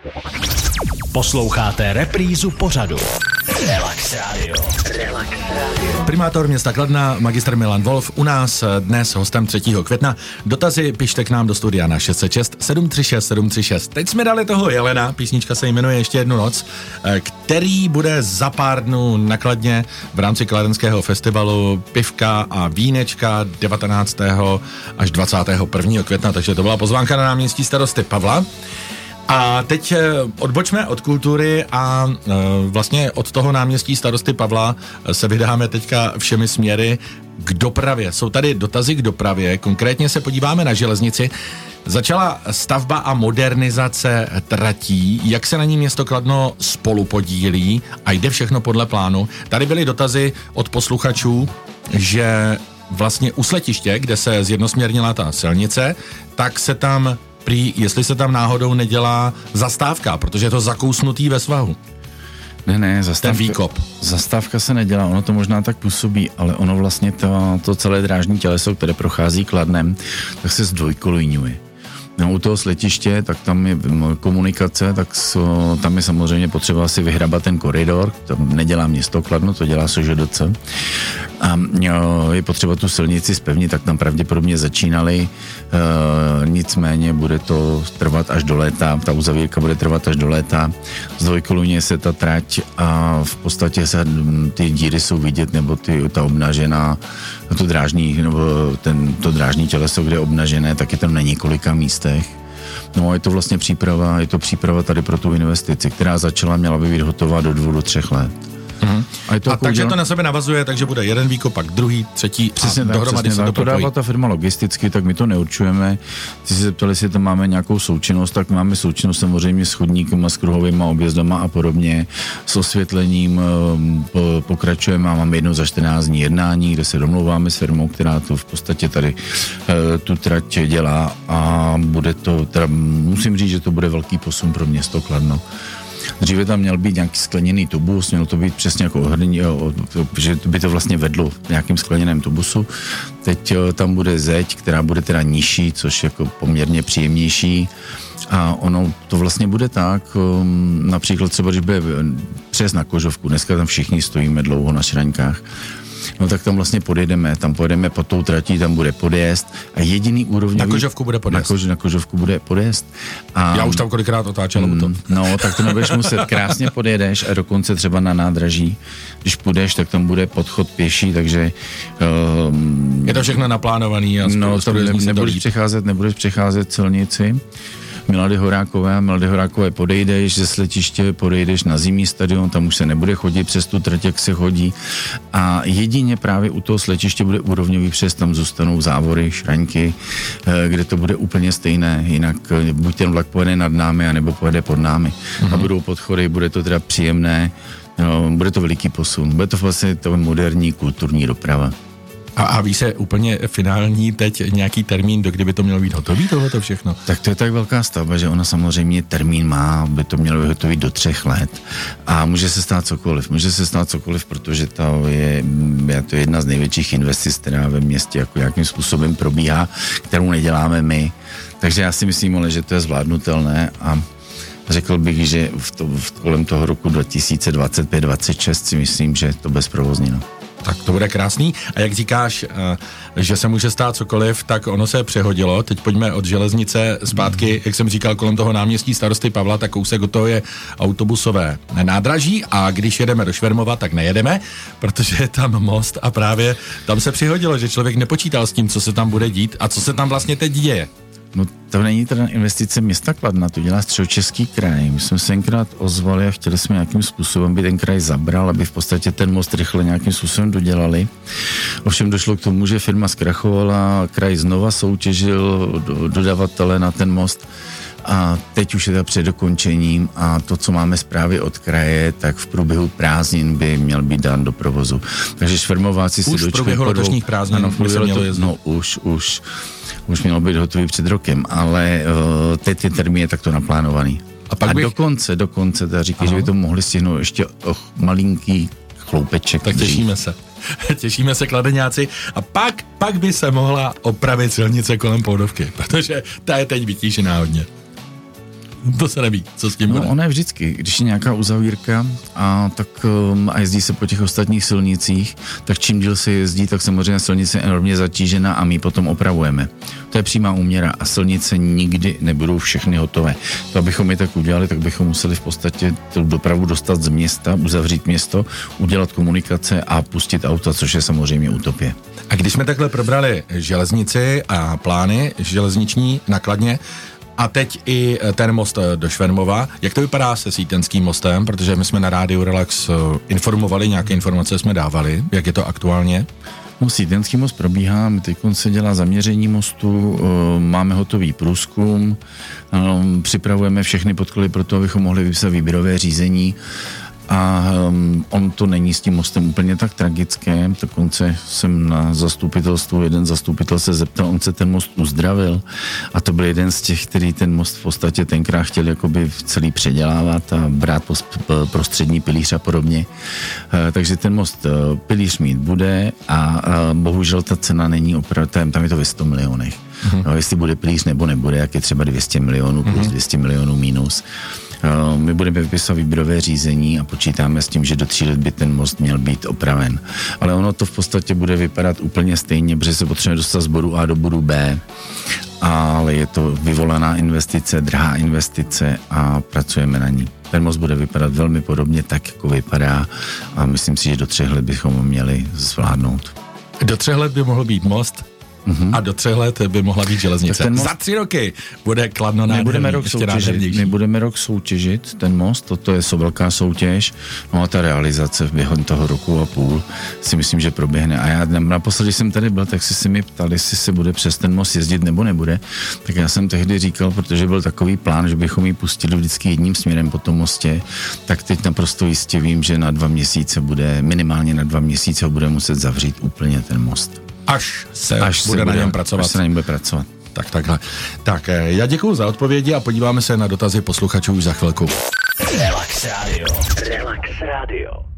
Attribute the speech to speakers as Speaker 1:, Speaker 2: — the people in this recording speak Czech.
Speaker 1: Posloucháte reprízu pořadu Relax Radio.
Speaker 2: Primátor města Kladna, magistr Milan Wolf, u nás dnes hostem 3. května. Dotazy pište k nám do studia na 606 736 736. Teď jsme dali toho Jelena, písnička se jmenuje Ještě jednu noc, který bude za pár dnů na Kladně v rámci kladenského festivalu Pivka a vínečka 19. až 21. května, takže to byla pozvánka na náměstí starosty Pavla. A teď odbočme od kultury a vlastně od toho náměstí starosty Pavla se vydáme teďka všemi směry k dopravě. Jsou tady dotazy k dopravě, konkrétně se podíváme na železnici. Začala stavba a modernizace tratí, jak se na ní město Kladno spolupodílí a jde všechno podle plánu. Tady byly dotazy od posluchačů, že vlastně u Sletiště, kde se zjednosměrnila ta silnice, tak se tam prý, jestli se tam náhodou nedělá zastávka, protože je to zakousnutý ve svahu.
Speaker 3: Ne, zastávka se nedělá, ono to možná tak působí, ale ono vlastně to celé drážní těleso, které prochází Kladnem, tak se zdvojkolujňuje. No, u toho Sletiště, tak tam je komunikace, tak tam je samozřejmě potřeba si vyhrabat ten koridor, to nedělá město Kladno, to dělá SŽDC. A je potřeba tu silnici zpevnit, tak tam pravděpodobně začínali, nicméně bude to trvat až do léta, ta uzavírka bude trvat až do léta, zdvojkolujňuje se ta trať a v podstatě se ty díry jsou vidět, nebo ta obnažená, to drážní těleso, kde je obnažené, tak je tam na několika místech. No a je to vlastně příprava tady pro tu investici, která měla by být hotová do 2 do 3 let.
Speaker 2: A takže to na sebe navazuje, takže bude jeden výkop, pak druhý, třetí
Speaker 3: přesně
Speaker 2: a dohromady se to propojí.
Speaker 3: Dává ta firma logisticky, tak my to neurčujeme. Ty si zeptali, jestli tam máme nějakou součinnost, tak máme součinnost samozřejmě s chodníkem a s kruhovými objezdama a podobně. S osvětlením pokračujeme a máme jednou za 14 dní jednání, kde se domlouváme s firmou, která to v podstatě tady tu trať dělá a bude to, teda musím říct, že to bude velký posun pro město Kladno. Dříve tam měl být nějaký skleněný tubus, mělo to být přesně jako ohrní, že by to vlastně vedlo v nějakým skleněném tubusu. Teď tam bude zeď, která bude teda nižší, což jako poměrně příjemnější. A ono to vlastně bude tak, například třeba, když bude přes na Kožovku, dneska tam všichni stojíme dlouho na šraňkách, no tak tam vlastně pojedeme pod tou tratí, tam bude podjezd a jediný úrovňový...
Speaker 2: Na Kožovku bude podjezd.
Speaker 3: Na Kožovku bude podjezd. A
Speaker 2: já už tam kolikrát otáčel to.
Speaker 3: No, tak to nebudeš muset, krásně podjedeš a dokonce třeba na nádraží, když půjdeš, tak tam bude podchod pěší, takže...
Speaker 2: je to všechno naplánovaný a
Speaker 3: nebudeš přecházet silnici. Milady Horákové podejdeš ze Sletiště, podejdeš na zimní stadion, tam už se nebude chodit přes tu trať, jak se chodí a jedině právě u toho Sletiště bude úrovňový přes, tam zůstanou závory, šraňky, kde to bude úplně stejné, jinak buď ten vlak pojede nad námi, anebo pojede pod námi a budou podchody, bude to teda příjemné, bude to veliký posun, bude to vlastně to moderní kulturní doprava.
Speaker 2: A ví se úplně finální teď nějaký termín, do kdy by to mělo být hotový, tohleto všechno?
Speaker 3: Tak to je tak velká stavba, že ona samozřejmě termín má, by to mělo být hotový do 3 let a může se stát cokoliv, protože to je jedna z největších investic, která ve městě jako jakým způsobem probíhá, kterou neděláme my. Takže já si myslím, ale že to je zvládnutelné a řekl bych, že kolem toho roku 2025-2026 si myslím, že to bezprovoznino.
Speaker 2: Tak to bude krásný. A jak říkáš, že se může stát cokoliv, tak ono se přehodilo. Teď pojďme od železnice zpátky, jak jsem říkal, kolem toho náměstí starosty Pavla, tak kousek od toho je autobusové nádraží a když jedeme do Švermova, tak nejedeme, protože je tam most a právě tam se přihodilo, že člověk nepočítal s tím, co se tam bude dít a co se tam vlastně teď děje.
Speaker 3: No to není teda investice města Kladna, to dělá Středočeský kraj. My jsme se tenkrát ozvali a chtěli jsme nějakým způsobem, aby ten kraj zabral, aby v podstatě ten most rychle nějakým způsobem dodělali. Ovšem došlo k tomu, že firma zkrachovala, kraj znova soutěžil dodavatele na ten most a teď už je to před dokončením a to, co máme zprávy od kraje, tak v průběhu prázdnin by měl být dán do provozu. Takže švermováci si dočkají.
Speaker 2: Už v průběhu letošních prázdnin
Speaker 3: už mělo být hotový před rokem, ale teď je termín takto naplánovaný. A dokonce teda říkají, že by to mohli stihnout ještě malinký chloupeček.
Speaker 2: Tak těšíme se kladeňáci a pak by se mohla opravit silnice kolem Poudovky, protože ta je teď vytížená hodně. To se neví, co s tím bude.
Speaker 3: No, ono je vždycky, když je nějaká uzavírka a jezdí se po těch ostatních silnicích, tak čím díl se jezdí, tak samozřejmě silnice je enormně zatížená a my potom opravujeme. To je přímá úměra a silnice nikdy nebudou všechny hotové. To, abychom je tak udělali, tak bychom museli v podstatě tu dopravu dostat z města, uzavřít město, udělat komunikace a pustit auta, což je samozřejmě utopie.
Speaker 2: A když jsme takhle probrali železnici a plány železniční nakladně, a teď i ten most do Švermova. Jak to vypadá se Sýtenským mostem? Protože my jsme na rádiu Relax informovali, nějaké informace jsme dávali. Jak je to aktuálně?
Speaker 3: No, Sýtenský most probíhá, my teď se dělá zaměření mostu, máme hotový průzkum, připravujeme všechny podklady pro to, abychom mohli vypsat výběrové řízení. A on to není s tím mostem úplně tak tragické, dokonce jsem na zastupitelstvu, jeden zastupitel se zeptal, on se ten most uzdravil a to byl jeden z těch, který ten most v podstatě tenkrát chtěl jakoby celý předělávat a brát prostřední pilíř a podobně. Takže ten most pilíř mít bude a bohužel ta cena není opravdu, tam je to ve 100 milionech. No, jestli bude pilíř nebo nebude, jak je třeba 200 milionů plus 200 milionů minus. My budeme vypisovat výběrové řízení a počítáme s tím, že do 3 let by ten most měl být opraven. Ale ono to v podstatě bude vypadat úplně stejně, protože se potřebuje dostat z bodu A do bodu B. Ale je to vyvolaná investice, drahá investice a pracujeme na ní. Ten most bude vypadat velmi podobně tak, jako vypadá a myslím si, že do 3 let bychom ho měli zvládnout.
Speaker 2: Do 3 let by mohl být most? A do 3 let by mohla být železnice. Za 3 roky bude Kladno nádherný,
Speaker 3: My budeme rok soutěžit ten most, toto je velká soutěž, no a ta realizace během toho roku a půl si myslím, že proběhne. A já naposledy, když jsem tady byl, tak si se mi ptali, jestli se bude přes ten most jezdit nebo nebude. Tak já jsem tehdy říkal, protože byl takový plán, že bychom ji pustili vždycky jedním směrem po tom mostě, tak teď naprosto jistě vím, že minimálně na 2 měsíce ho bude muset zavřít úplně ten most.
Speaker 2: Až se bude na něm pracovat.
Speaker 3: Až se na něm bude pracovat.
Speaker 2: Tak takhle. Tak já děkuju za odpovědi a podíváme se na dotazy posluchačů už za chvilku.
Speaker 1: Relax Radio. Relax Radio.